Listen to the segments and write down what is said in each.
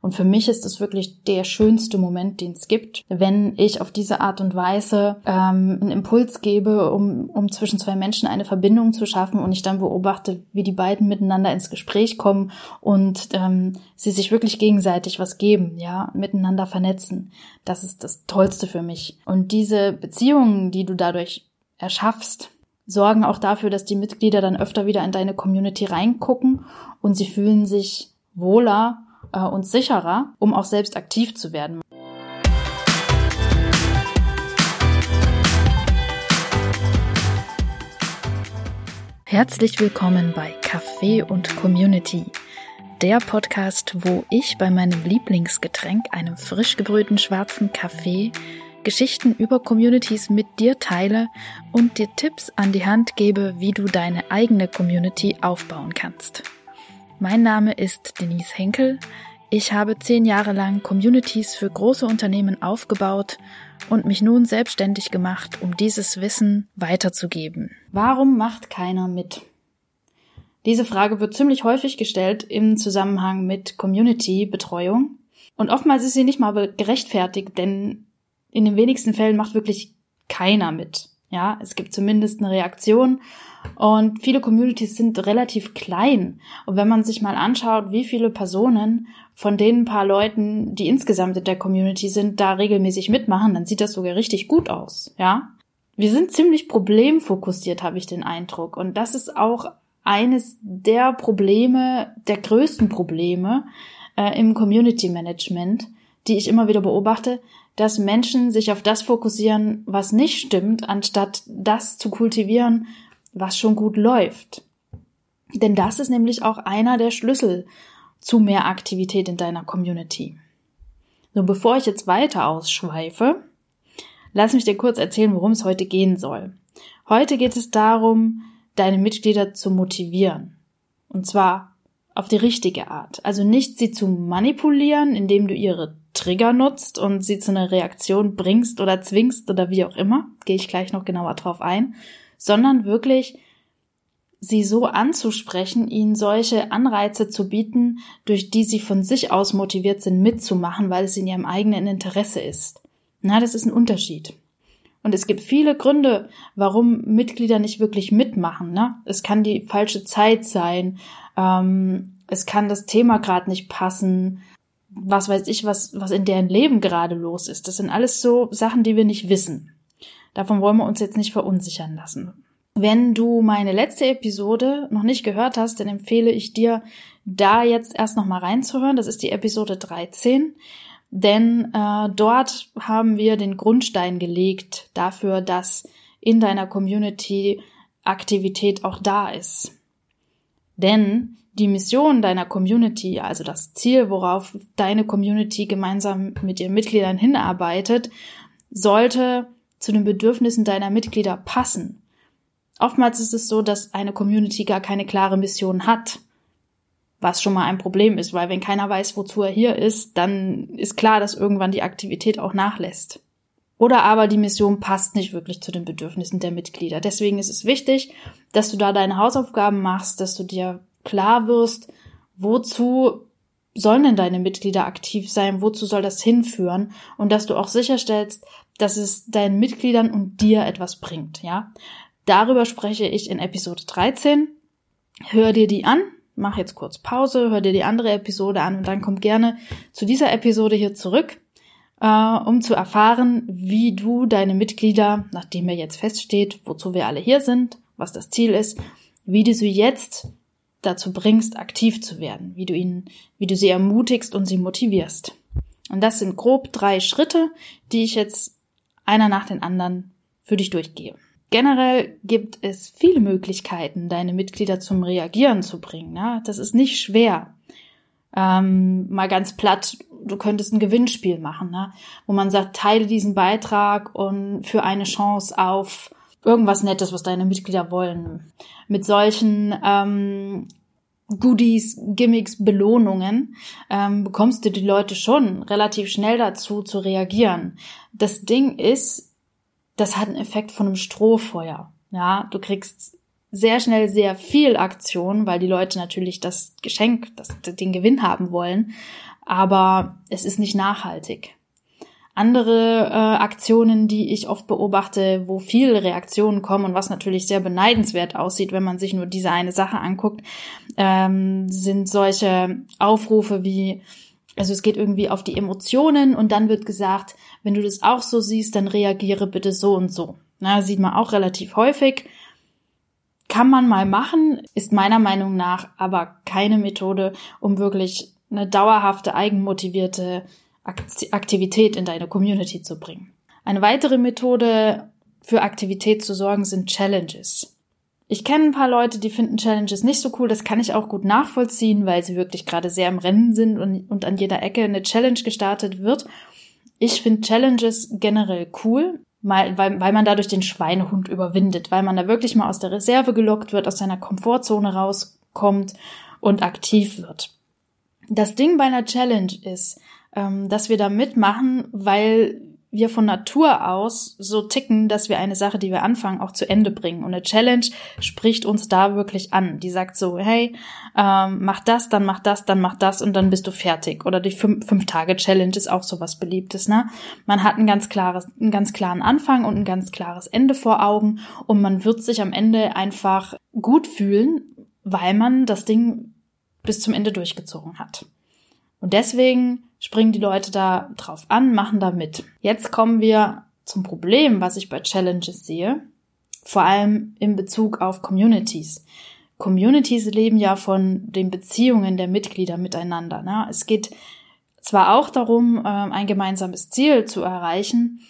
Und für mich ist es wirklich der schönste Moment, den es gibt, wenn ich auf diese Art und Weise einen Impuls gebe, um zwischen zwei Menschen eine Verbindung zu schaffen und ich dann beobachte, wie die beiden miteinander ins Gespräch kommen und sie sich wirklich gegenseitig was geben, ja, miteinander vernetzen. Das ist das Tollste für mich. Und diese Beziehungen, die du dadurch erschaffst, sorgen auch dafür, dass die Mitglieder dann öfter wieder in deine Community reingucken und sie fühlen sich wohler und sicherer, um auch selbst aktiv zu werden. Herzlich willkommen bei Kaffee und Community, der Podcast, wo ich bei meinem Lieblingsgetränk, einem frisch gebrühten schwarzen Kaffee, Geschichten über Communities mit dir teile und dir Tipps an die Hand gebe, wie du deine eigene Community aufbauen kannst. Mein Name ist Denise Henkel. Ich habe 10 Jahre lang Communities für große Unternehmen aufgebaut und mich nun selbstständig gemacht, um dieses Wissen weiterzugeben. Warum macht keiner mit? Diese Frage wird ziemlich häufig gestellt im Zusammenhang mit Community-Betreuung. Und oftmals ist sie nicht mal gerechtfertigt, denn in den wenigsten Fällen macht wirklich keiner mit. Ja, es gibt zumindest eine Reaktion und viele Communities sind relativ klein. Und wenn man sich mal anschaut, wie viele Personen von den paar Leuten, die insgesamt in der Community sind, da regelmäßig mitmachen, dann sieht das sogar richtig gut aus. Ja, wir sind ziemlich problemfokussiert, habe ich den Eindruck. Und das ist auch eines der Probleme, der größten Probleme im Community Management, die ich immer wieder beobachte, dass Menschen sich auf das fokussieren, was nicht stimmt, anstatt das zu kultivieren, was schon gut läuft. Denn das ist nämlich auch einer der Schlüssel zu mehr Aktivität in deiner Community. So, bevor ich jetzt weiter ausschweife, lass mich dir kurz erzählen, worum es heute gehen soll. Heute geht es darum, deine Mitglieder zu motivieren. Und zwar auf die richtige Art. Also nicht sie zu manipulieren, indem du ihre Trigger nutzt und sie zu einer Reaktion bringst oder zwingst oder wie auch immer, gehe ich gleich noch genauer drauf ein, sondern wirklich sie so anzusprechen, ihnen solche Anreize zu bieten, durch die sie von sich aus motiviert sind, mitzumachen, weil es in ihrem eigenen Interesse ist. Na, das ist ein Unterschied. Und es gibt viele Gründe, warum Mitglieder nicht wirklich mitmachen. Ne? Es kann die falsche Zeit sein, es kann das Thema gerade nicht passen, was weiß ich, was in deren Leben gerade los ist. Das sind alles so Sachen, die wir nicht wissen. Davon wollen wir uns jetzt nicht verunsichern lassen. Wenn du meine letzte Episode noch nicht gehört hast, dann empfehle ich dir, da jetzt erst noch mal reinzuhören. Das ist die Episode 13. Denn dort haben wir den Grundstein gelegt dafür, dass in deiner Community Aktivität auch da ist. Denn die Mission deiner Community, also das Ziel, worauf deine Community gemeinsam mit ihren Mitgliedern hinarbeitet, sollte zu den Bedürfnissen deiner Mitglieder passen. Oftmals ist es so, dass eine Community gar keine klare Mission hat, was schon mal ein Problem ist, weil wenn keiner weiß, wozu er hier ist, dann ist klar, dass irgendwann die Aktivität auch nachlässt. Oder aber die Mission passt nicht wirklich zu den Bedürfnissen der Mitglieder. Deswegen ist es wichtig, dass du da deine Hausaufgaben machst, dass du dir klar wirst, wozu sollen denn deine Mitglieder aktiv sein, wozu soll das hinführen und dass du auch sicherstellst, dass es deinen Mitgliedern und dir etwas bringt. Ja, darüber spreche ich in Episode 13. Hör dir die an. Mach jetzt kurz Pause, hör dir die andere Episode an und dann komm gerne zu dieser Episode hier zurück, um zu erfahren, wie du deine Mitglieder, nachdem mir jetzt feststeht, wozu wir alle hier sind, was das Ziel ist, wie du sie jetzt dazu bringst, aktiv zu werden, wie du sie ermutigst und sie motivierst. Und das sind grob 3 Schritte, die ich jetzt einer nach den anderen für dich durchgehe. Generell gibt es viele Möglichkeiten, deine Mitglieder zum Reagieren zu bringen. Ja? Das ist nicht schwer. Mal ganz platt, du könntest ein Gewinnspiel machen, ne? Wo man sagt, teile diesen Beitrag und für eine Chance auf irgendwas Nettes, was deine Mitglieder wollen. Mit solchen Goodies, Gimmicks, Belohnungen bekommst du die Leute schon relativ schnell dazu zu reagieren. Das Ding ist, das hat einen Effekt von einem Strohfeuer. Ja, du kriegst sehr schnell sehr viel Aktion, weil die Leute natürlich das Geschenk, den Gewinn haben wollen. aber es ist nicht nachhaltig. Andere Aktionen, die ich oft beobachte, wo viele Reaktionen kommen und was natürlich sehr beneidenswert aussieht, wenn man sich nur diese eine Sache anguckt, sind solche Aufrufe wie, also es geht irgendwie auf die Emotionen und dann wird gesagt, wenn du das auch so siehst, dann reagiere bitte so und so. Na, sieht man auch relativ häufig. Kann man mal machen, ist meiner Meinung nach aber keine Methode, um wirklich eine dauerhafte, eigenmotivierte Aktivität in deine Community zu bringen. Eine weitere Methode für Aktivität zu sorgen sind Challenges. Ich kenne ein paar Leute, die finden Challenges nicht so cool. Das kann ich auch gut nachvollziehen, weil sie wirklich gerade sehr im Rennen sind und an jeder Ecke eine Challenge gestartet wird. Ich finde Challenges generell cool, weil man dadurch den Schweinehund überwindet, weil man da wirklich mal aus der Reserve gelockt wird, aus seiner Komfortzone rauskommt und aktiv wird. Das Ding bei einer Challenge ist, dass wir da mitmachen, weil wir von Natur aus so ticken, dass wir eine Sache, die wir anfangen, auch zu Ende bringen. Und eine Challenge spricht uns da wirklich an. Die sagt so, hey, mach das, dann mach das, dann mach das und dann bist du fertig. Oder die 5-Tage-Challenge ist auch sowas Beliebtes, ne? Man hat einen ganz klaren Anfang und ein ganz klares Ende vor Augen und man wird sich am Ende einfach gut fühlen, weil man das Ding bis zum Ende durchgezogen hat. Und deswegen springen die Leute da drauf an, machen da mit. Jetzt kommen wir zum Problem, was ich bei Challenges sehe, vor allem in Bezug auf Communities. Communities leben ja von den Beziehungen der Mitglieder miteinander, ne? Es geht zwar auch darum, ein gemeinsames Ziel zu erreichen,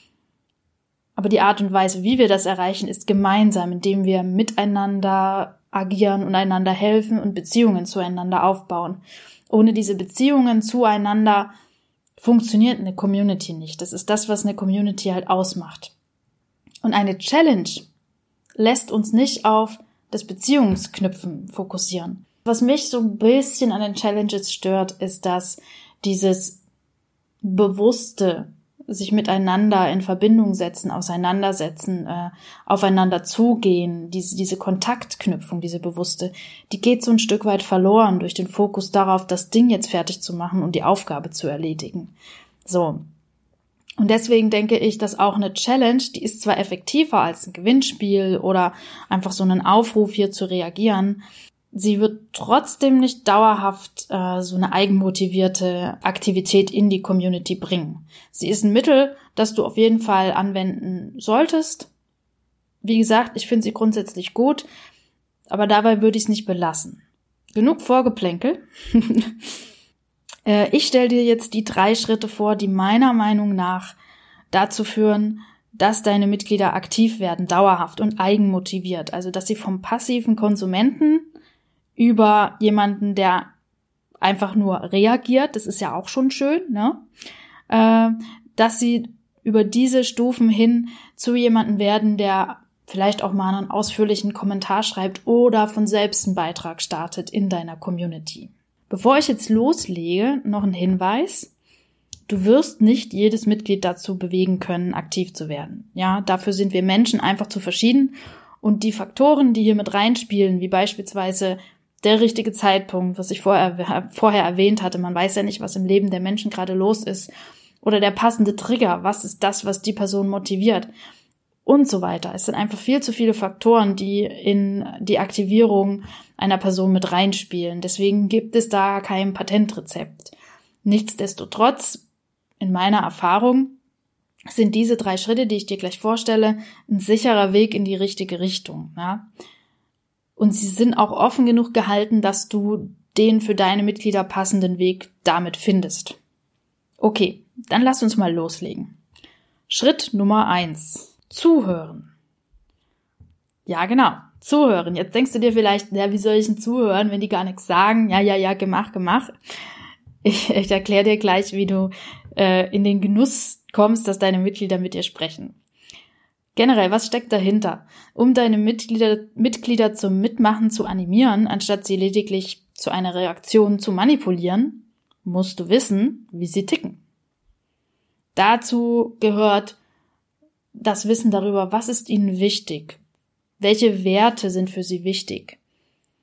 aber die Art und Weise, wie wir das erreichen, ist gemeinsam, indem wir miteinander agieren und einander helfen und Beziehungen zueinander aufbauen. Ohne diese Beziehungen zueinander funktioniert eine Community nicht. Das ist das, was eine Community halt ausmacht. Und eine Challenge lässt uns nicht auf das Beziehungsknüpfen fokussieren. Was mich so ein bisschen an den Challenges stört, ist, dass dieses bewusste sich miteinander in Verbindung setzen, auseinandersetzen, aufeinander zugehen, diese Kontaktknüpfung, diese bewusste, die geht so ein Stück weit verloren durch den Fokus darauf, das Ding jetzt fertig zu machen und die Aufgabe zu erledigen. So. Und deswegen denke ich, dass auch eine Challenge, die ist zwar effektiver als ein Gewinnspiel oder einfach so einen Aufruf hier zu reagieren, sie wird trotzdem nicht dauerhaft so eine eigenmotivierte Aktivität in die Community bringen. Sie ist ein Mittel, das du auf jeden Fall anwenden solltest. Wie gesagt, ich finde sie grundsätzlich gut, aber dabei würde ich es nicht belassen. Genug Vorgeplänkel. Ich stelle dir jetzt die 3 Schritte vor, die meiner Meinung nach dazu führen, dass deine Mitglieder aktiv werden, dauerhaft und eigenmotiviert. Also, dass sie vom passiven Konsumenten über jemanden, der einfach nur reagiert, das ist ja auch schon schön, ne? Dass sie über diese Stufen hin zu jemanden werden, der vielleicht auch mal einen ausführlichen Kommentar schreibt oder von selbst einen Beitrag startet in deiner Community. Bevor ich jetzt loslege, noch ein Hinweis. Du wirst nicht jedes Mitglied dazu bewegen können, aktiv zu werden. Ja, dafür sind wir Menschen einfach zu verschieden und die Faktoren, die hier mit reinspielen, wie beispielsweise der richtige Zeitpunkt, was ich vorher erwähnt hatte, man weiß ja nicht, was im Leben der Menschen gerade los ist, oder der passende Trigger, was ist das, was die Person motiviert und so weiter. Es sind einfach viel zu viele Faktoren, die in die Aktivierung einer Person mit reinspielen. Deswegen gibt es da kein Patentrezept. Nichtsdestotrotz, in meiner Erfahrung, sind diese 3 Schritte, die ich dir gleich vorstelle, ein sicherer Weg in die richtige Richtung, ja. Und sie sind auch offen genug gehalten, dass du den für deine Mitglieder passenden Weg damit findest. Okay, dann lass uns mal loslegen. Schritt Nummer 1. Zuhören. Ja, genau, zuhören. Jetzt denkst du dir vielleicht, ja, wie soll ich denn zuhören, wenn die gar nichts sagen? Ja, gemach. Ich erkläre dir gleich, wie du in den Genuss kommst, dass deine Mitglieder mit dir sprechen. Generell, was steckt dahinter? Um deine Mitglieder zum Mitmachen zu animieren, anstatt sie lediglich zu einer Reaktion zu manipulieren, musst du wissen, wie sie ticken. Dazu gehört das Wissen darüber, was ist ihnen wichtig, welche Werte sind für sie wichtig,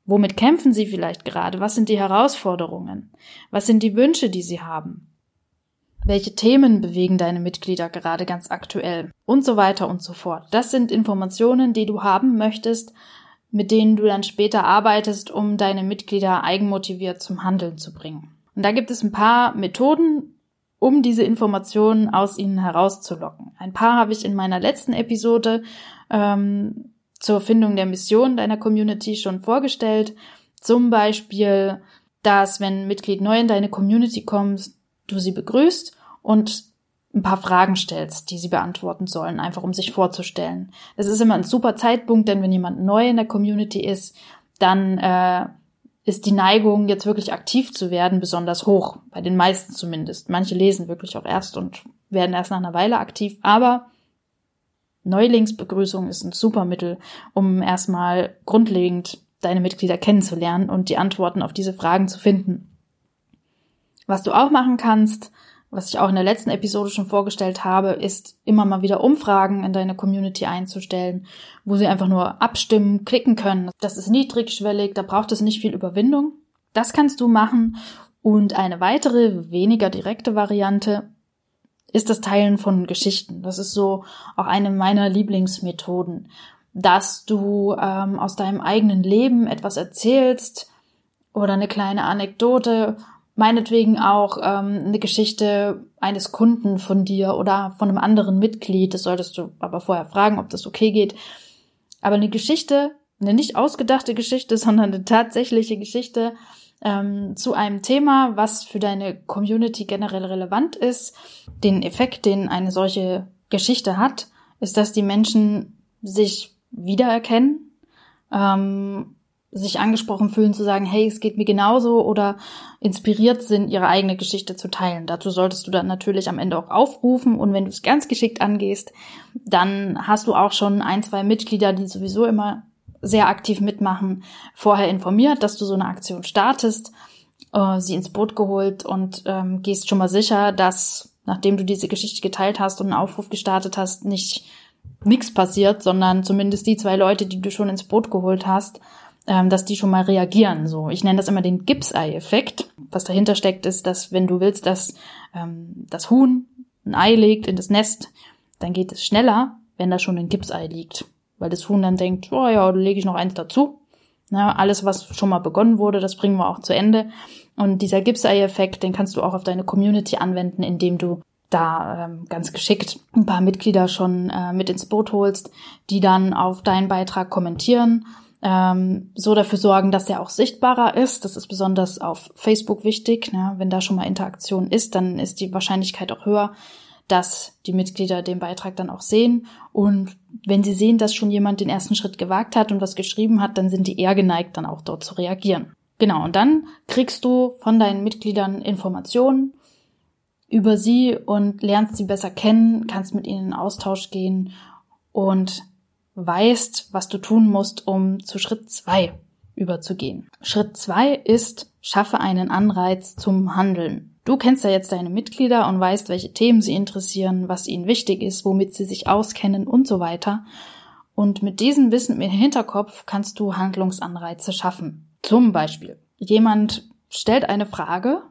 Womit kämpfen sie vielleicht gerade? Was sind die Herausforderungen? Was sind die Wünsche, die sie haben? Welche Themen bewegen deine Mitglieder gerade ganz aktuell? Und so weiter und so fort. Das sind Informationen, die du haben möchtest, mit denen du dann später arbeitest, um deine Mitglieder eigenmotiviert zum Handeln zu bringen. Und da gibt es ein paar Methoden, um diese Informationen aus ihnen herauszulocken. Ein paar habe ich in meiner letzten Episode zur Findung der Mission deiner Community schon vorgestellt. Zum Beispiel, dass, wenn ein Mitglied neu in deine Community kommt, du sie begrüßt und ein paar Fragen stellst, die sie beantworten sollen, einfach um sich vorzustellen. Das ist immer ein super Zeitpunkt, denn wenn jemand neu in der Community ist, dann ist die Neigung, jetzt wirklich aktiv zu werden, besonders hoch. Bei den meisten zumindest. Manche lesen wirklich auch erst und werden erst nach einer Weile aktiv, aber Neulingsbegrüßung ist ein super Mittel, um erstmal grundlegend deine Mitglieder kennenzulernen und die Antworten auf diese Fragen zu finden. Was du auch machen kannst, was ich auch in der letzten Episode schon vorgestellt habe, ist immer mal wieder Umfragen in deine Community einzustellen, wo sie einfach nur abstimmen, klicken können. Das ist niedrigschwellig, da braucht es nicht viel Überwindung. Das kannst du machen. Und eine weitere, weniger direkte Variante ist das Teilen von Geschichten. Das ist so auch eine meiner Lieblingsmethoden, dass du aus deinem eigenen Leben etwas erzählst oder eine kleine Anekdote, meinetwegen auch eine Geschichte eines Kunden von dir oder von einem anderen Mitglied. Das solltest du aber vorher fragen, ob das okay geht. Aber eine Geschichte, eine nicht ausgedachte Geschichte, sondern eine tatsächliche Geschichte zu einem Thema, was für deine Community generell relevant ist. Den Effekt, den eine solche Geschichte hat, ist, dass die Menschen sich wiedererkennen, sich angesprochen fühlen zu sagen, hey, es geht mir genauso, oder inspiriert sind, ihre eigene Geschichte zu teilen. Dazu solltest du dann natürlich am Ende auch aufrufen, und wenn du es ganz geschickt angehst, dann hast du auch schon 1, 2 Mitglieder, die sowieso immer sehr aktiv mitmachen, vorher informiert, dass du so eine Aktion startest, sie ins Boot geholt und gehst schon mal sicher, dass, nachdem du diese Geschichte geteilt hast und einen Aufruf gestartet hast, nichts passiert, sondern zumindest die 2 Leute, die du schon ins Boot geholt hast, dass die schon mal reagieren. So, ich nenne das immer den Gipsei-Effekt. Was dahinter steckt, ist, dass, wenn du willst, dass das Huhn ein Ei legt in das Nest, dann geht es schneller, wenn da schon ein Gipsei liegt. Weil das Huhn dann denkt, oh ja, da lege ich noch eins dazu. Na, alles, was schon mal begonnen wurde, das bringen wir auch zu Ende. Und dieser Gipsei-Effekt, den kannst du auch auf deine Community anwenden, indem du da ganz geschickt ein paar Mitglieder schon mit ins Boot holst, die dann auf deinen Beitrag kommentieren, so dafür sorgen, dass er auch sichtbarer ist. Das ist besonders auf Facebook wichtig. Ne? Wenn da schon mal Interaktion ist, dann ist die Wahrscheinlichkeit auch höher, dass die Mitglieder den Beitrag dann auch sehen. Und wenn sie sehen, dass schon jemand den ersten Schritt gewagt hat und was geschrieben hat, dann sind die eher geneigt, dann auch dort zu reagieren. Genau, und dann kriegst du von deinen Mitgliedern Informationen über sie und lernst sie besser kennen, kannst mit ihnen in Austausch gehen und weißt, was du tun musst, um zu Schritt 2 überzugehen. Schritt 2 ist, schaffe einen Anreiz zum Handeln. Du kennst ja jetzt deine Mitglieder und weißt, welche Themen sie interessieren, was ihnen wichtig ist, womit sie sich auskennen und so weiter. Und mit diesem Wissen im Hinterkopf kannst du Handlungsanreize schaffen. Zum Beispiel, jemand stellt eine Frage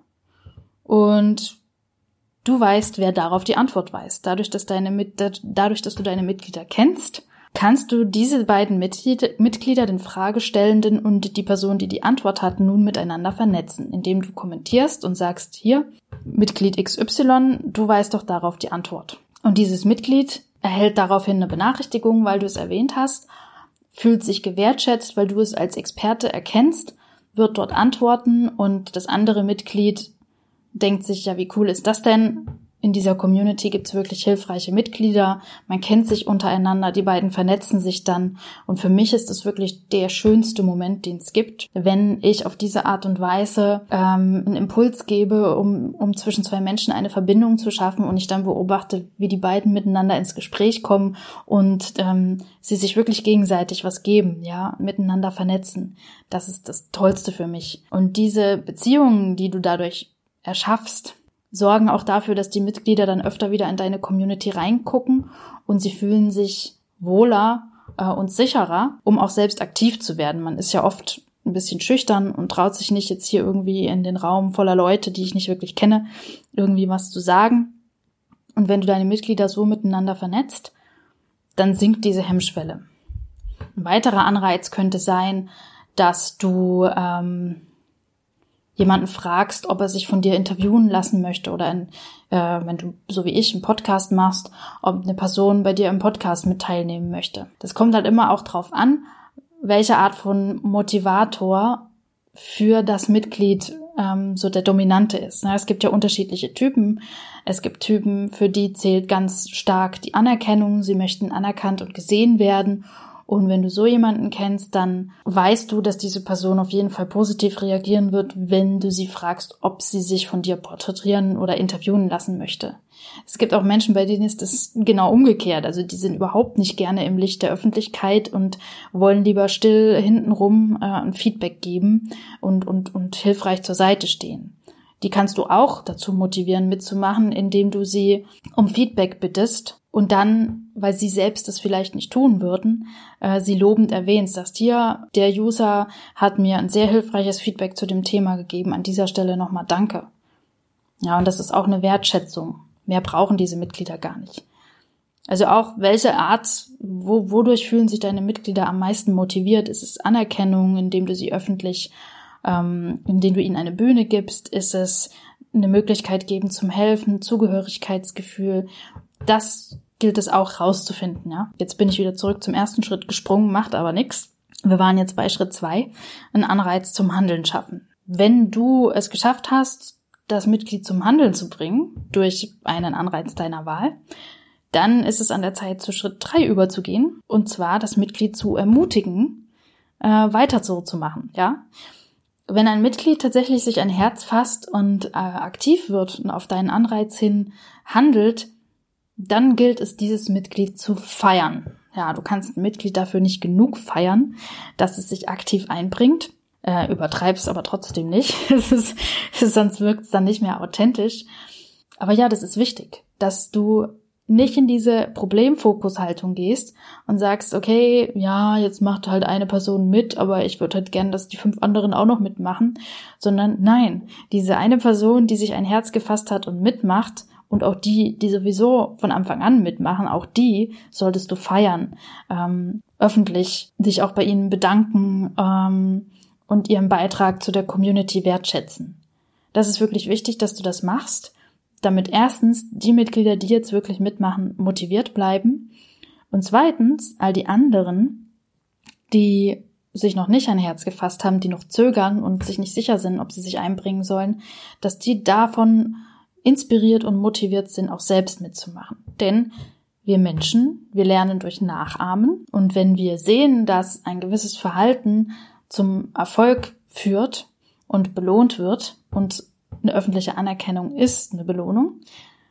und du weißt, wer darauf die Antwort weiß. Dadurch, dass du deine Mitglieder kennst, kannst du diese beiden Mitglieder, den Fragestellenden und die Person, die die Antwort hat, nun miteinander vernetzen, indem du kommentierst und sagst, hier, Mitglied XY, du weißt doch darauf die Antwort. Und dieses Mitglied erhält daraufhin eine Benachrichtigung, weil du es erwähnt hast, fühlt sich gewertschätzt, weil du es als Experte erkennst, wird dort antworten, und das andere Mitglied denkt sich, ja, wie cool ist das denn? In dieser Community gibt's wirklich hilfreiche Mitglieder, man kennt sich untereinander, die beiden vernetzen sich dann, und für mich ist es wirklich der schönste Moment, den es gibt, wenn ich auf diese Art und Weise einen Impuls gebe, um zwischen 2 Menschen eine Verbindung zu schaffen, und ich dann beobachte, wie die beiden miteinander ins Gespräch kommen und sie sich wirklich gegenseitig was geben, ja, miteinander vernetzen. Das ist das Tollste für mich. Und diese Beziehungen, die du dadurch erschaffst, sorgen auch dafür, dass die Mitglieder dann öfter wieder in deine Community reingucken und sie fühlen sich wohler und sicherer, um auch selbst aktiv zu werden. Man ist ja oft ein bisschen schüchtern und traut sich nicht jetzt hier irgendwie in den Raum voller Leute, die ich nicht wirklich kenne, irgendwie was zu sagen. Und wenn du deine Mitglieder so miteinander vernetzt, dann sinkt diese Hemmschwelle. Ein weiterer Anreiz könnte sein, dass du jemanden fragst, ob er sich von dir interviewen lassen möchte oder wenn du, so wie ich, einen Podcast machst, ob eine Person bei dir im Podcast mit teilnehmen möchte. Das kommt halt immer auch drauf an, welche Art von Motivator für das Mitglied so der dominante ist. Es gibt ja unterschiedliche Typen. Es gibt Typen, für die zählt ganz stark die Anerkennung. Sie möchten anerkannt und gesehen werden. Und wenn du so jemanden kennst, dann weißt du, dass diese Person auf jeden Fall positiv reagieren wird, wenn du sie fragst, ob sie sich von dir porträtieren oder interviewen lassen möchte. Es gibt auch Menschen, bei denen ist das genau umgekehrt. Also die sind überhaupt nicht gerne im Licht der Öffentlichkeit und wollen lieber still hintenrum ein Feedback geben und hilfreich zur Seite stehen. Die kannst du auch dazu motivieren, mitzumachen, indem du sie um Feedback bittest und dann, weil sie selbst das vielleicht nicht tun würden, sie lobend erwähnst, sagst, hier, der User hat mir ein sehr hilfreiches Feedback zu dem Thema gegeben, an dieser Stelle nochmal danke. Ja, und das ist auch eine Wertschätzung. Mehr brauchen diese Mitglieder gar nicht. Also auch welche Art, wodurch fühlen sich deine Mitglieder am meisten motiviert? Ist es Anerkennung, indem du sie öffentlich indem du ihnen eine Bühne gibst? Ist es eine Möglichkeit geben zum Helfen, Zugehörigkeitsgefühl? Das gilt es auch rauszufinden. Ja? Jetzt bin ich wieder zurück zum ersten Schritt gesprungen, macht aber nichts. Wir waren jetzt bei Schritt 2, einen Anreiz zum Handeln schaffen. Wenn du es geschafft hast, das Mitglied zum Handeln zu bringen, durch einen Anreiz deiner Wahl, dann ist es an der Zeit, zu Schritt 3 überzugehen, und zwar das Mitglied zu ermutigen, weiter so zu machen. Ja? Wenn ein Mitglied tatsächlich sich ein Herz fasst und aktiv wird und auf deinen Anreiz hin handelt, dann gilt es, dieses Mitglied zu feiern. Ja, du kannst ein Mitglied dafür nicht genug feiern, dass es sich aktiv einbringt. Übertreib's aber trotzdem nicht. Sonst wirkt es dann nicht mehr authentisch. Aber ja, das ist wichtig, dass du nicht in diese Problemfokushaltung gehst und sagst, okay, ja, jetzt macht halt eine Person mit, aber ich würde halt gern, dass die 5 anderen auch noch mitmachen, sondern nein, diese eine Person, die sich ein Herz gefasst hat und mitmacht, und auch die sowieso von Anfang an mitmachen, auch die solltest du feiern, öffentlich dich auch bei ihnen bedanken und ihren Beitrag zu der Community wertschätzen. Das ist wirklich wichtig, dass du das machst, damit erstens die Mitglieder, die jetzt wirklich mitmachen, motiviert bleiben und zweitens all die anderen, die sich noch nicht ein Herz gefasst haben, die noch zögern und sich nicht sicher sind, ob sie sich einbringen sollen, dass die davon inspiriert und motiviert sind, auch selbst mitzumachen. Denn wir Menschen, wir lernen durch Nachahmen, und wenn wir sehen, dass ein gewisses Verhalten zum Erfolg führt und belohnt wird und eine öffentliche Anerkennung ist eine Belohnung,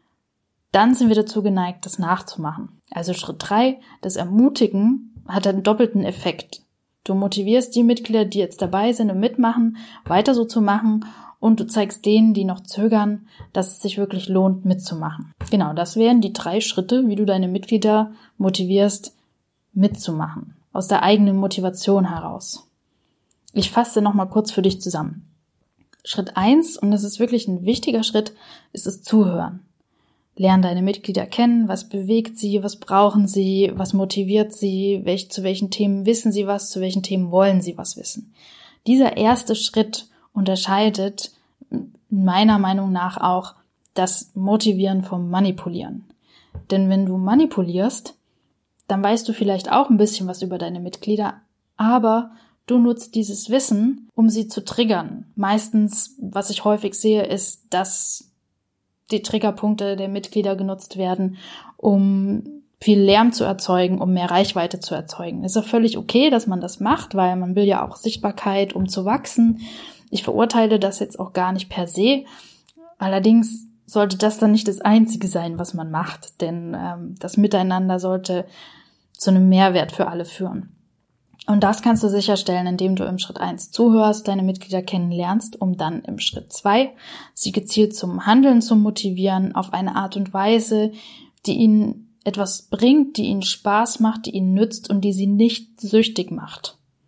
dann sind wir dazu geneigt, das nachzumachen. Also Schritt 3, das Ermutigen, hat einen doppelten Effekt. Du motivierst die Mitglieder, die jetzt dabei sind und mitmachen, weiter so zu machen, und du zeigst denen, die noch zögern, dass es sich wirklich lohnt, mitzumachen. Genau, das wären die 3 Schritte, wie du deine Mitglieder motivierst, mitzumachen. Aus der eigenen Motivation heraus. Ich fasse nochmal kurz für dich zusammen. Schritt 1, und das ist wirklich ein wichtiger Schritt, ist das Zuhören. Lern deine Mitglieder kennen, was bewegt sie, was brauchen sie, was motiviert sie, zu welchen Themen wissen sie was, zu welchen Themen wollen sie was wissen. Dieser erste Schritt unterscheidet meiner Meinung nach auch das Motivieren vom Manipulieren. Denn wenn du manipulierst, dann weißt du vielleicht auch ein bisschen was über deine Mitglieder, aber du nutzt dieses Wissen, um sie zu triggern. Meistens, was ich häufig sehe, ist, dass die Triggerpunkte der Mitglieder genutzt werden, um viel Lärm zu erzeugen, um mehr Reichweite zu erzeugen. Ist auch völlig okay, dass man das macht, weil man will ja auch Sichtbarkeit, um zu wachsen. Ich verurteile das jetzt auch gar nicht per se. Allerdings sollte das dann nicht das Einzige sein, was man macht, denn das Miteinander sollte zu einem Mehrwert für alle führen. Und das kannst du sicherstellen, indem du im Schritt 1 zuhörst, deine Mitglieder kennenlernst, um dann im Schritt 2 sie gezielt zum Handeln zu motivieren, auf eine Art und Weise, die ihnen etwas bringt, die ihnen Spaß macht, die ihnen nützt und die sie nicht süchtig macht.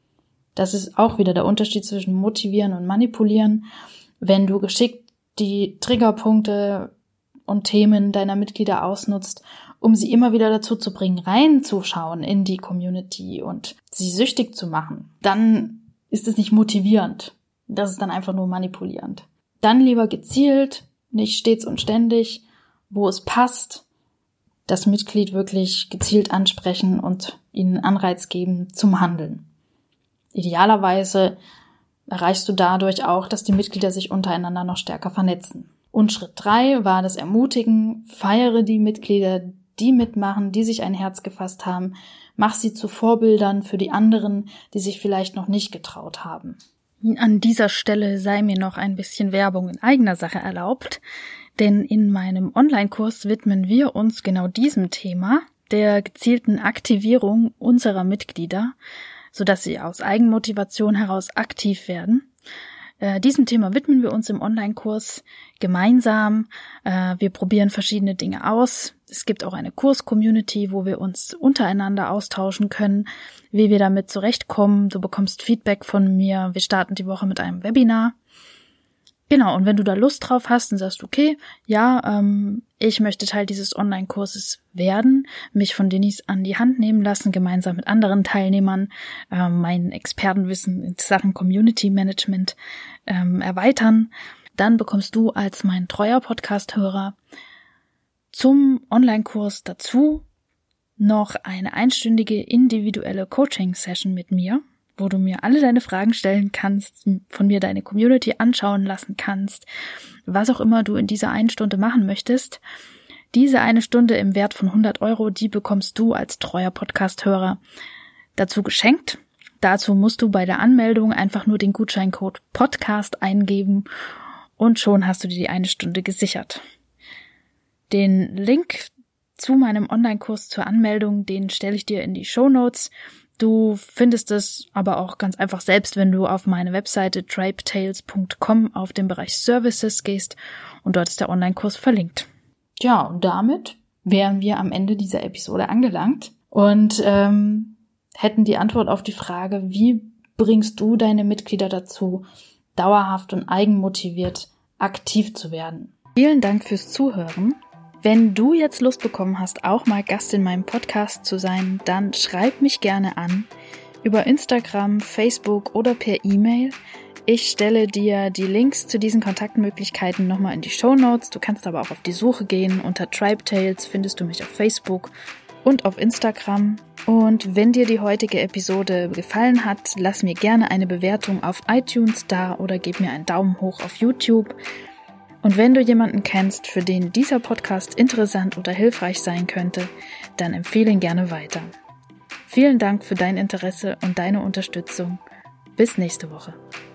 Das ist auch wieder der Unterschied zwischen motivieren und manipulieren. Wenn du geschickt die Triggerpunkte und Themen deiner Mitglieder ausnutzt, um sie immer wieder dazu zu bringen, reinzuschauen in die Community und sie süchtig zu machen, dann ist es nicht motivierend. Das ist dann einfach nur manipulierend. Dann lieber gezielt, nicht stets und ständig, wo es passt, das Mitglied wirklich gezielt ansprechen und ihnen Anreiz geben zum Handeln. Idealerweise erreichst du dadurch auch, dass die Mitglieder sich untereinander noch stärker vernetzen. Und Schritt 3 war das Ermutigen. Feiere die Mitglieder, die mitmachen, die sich ein Herz gefasst haben. Mach sie zu Vorbildern für die anderen, die sich vielleicht noch nicht getraut haben. An dieser Stelle sei mir noch ein bisschen Werbung in eigener Sache erlaubt, denn in meinem Online-Kurs widmen wir uns genau diesem Thema, der gezielten Aktivierung unserer Mitglieder, sodass sie aus Eigenmotivation heraus aktiv werden. Diesem Thema widmen wir uns im Online-Kurs gemeinsam. Wir probieren verschiedene Dinge aus. Es gibt auch eine Kurs-Community, wo wir uns untereinander austauschen können, wie wir damit zurechtkommen. Du bekommst Feedback von mir. Wir starten die Woche mit einem Webinar. Genau, und wenn du da Lust drauf hast und sagst, okay, ja, ich möchte Teil dieses Online-Kurses werden, mich von Denise an die Hand nehmen lassen, gemeinsam mit anderen Teilnehmern, mein Expertenwissen in Sachen Community Management erweitern, dann bekommst du als mein treuer Podcast-Hörer zum Online-Kurs dazu noch eine einstündige individuelle Coaching-Session mit mir, wo du mir alle deine Fragen stellen kannst, von mir deine Community anschauen lassen kannst, was auch immer du in dieser einen Stunde machen möchtest. Diese eine Stunde im Wert von 100 €, die bekommst du als treuer Podcast-Hörer dazu geschenkt. Dazu musst du bei der Anmeldung einfach nur den Gutscheincode Podcast eingeben und schon hast du dir die eine Stunde gesichert. Den Link zu meinem Online-Kurs zur Anmeldung, den stelle ich dir in die Shownotes. Du findest es aber auch ganz einfach selbst, wenn du auf meine Webseite tribetales.com auf den Bereich Services gehst und dort ist der Online-Kurs verlinkt. Ja, und damit wären wir am Ende dieser Episode angelangt und hätten die Antwort auf die Frage, wie bringst du deine Mitglieder dazu, dauerhaft und eigenmotiviert aktiv zu werden. Vielen Dank fürs Zuhören. Wenn du jetzt Lust bekommen hast, auch mal Gast in meinem Podcast zu sein, dann schreib mich gerne an über Instagram, Facebook oder per E-Mail. Ich stelle dir die Links zu diesen Kontaktmöglichkeiten nochmal in die Shownotes. Du kannst aber auch auf die Suche gehen. Unter Tribetales findest du mich auf Facebook und auf Instagram. Und wenn dir die heutige Episode gefallen hat, lass mir gerne eine Bewertung auf iTunes da oder gib mir einen Daumen hoch auf YouTube. Und wenn du jemanden kennst, für den dieser Podcast interessant oder hilfreich sein könnte, dann empfehle ihn gerne weiter. Vielen Dank für dein Interesse und deine Unterstützung. Bis nächste Woche.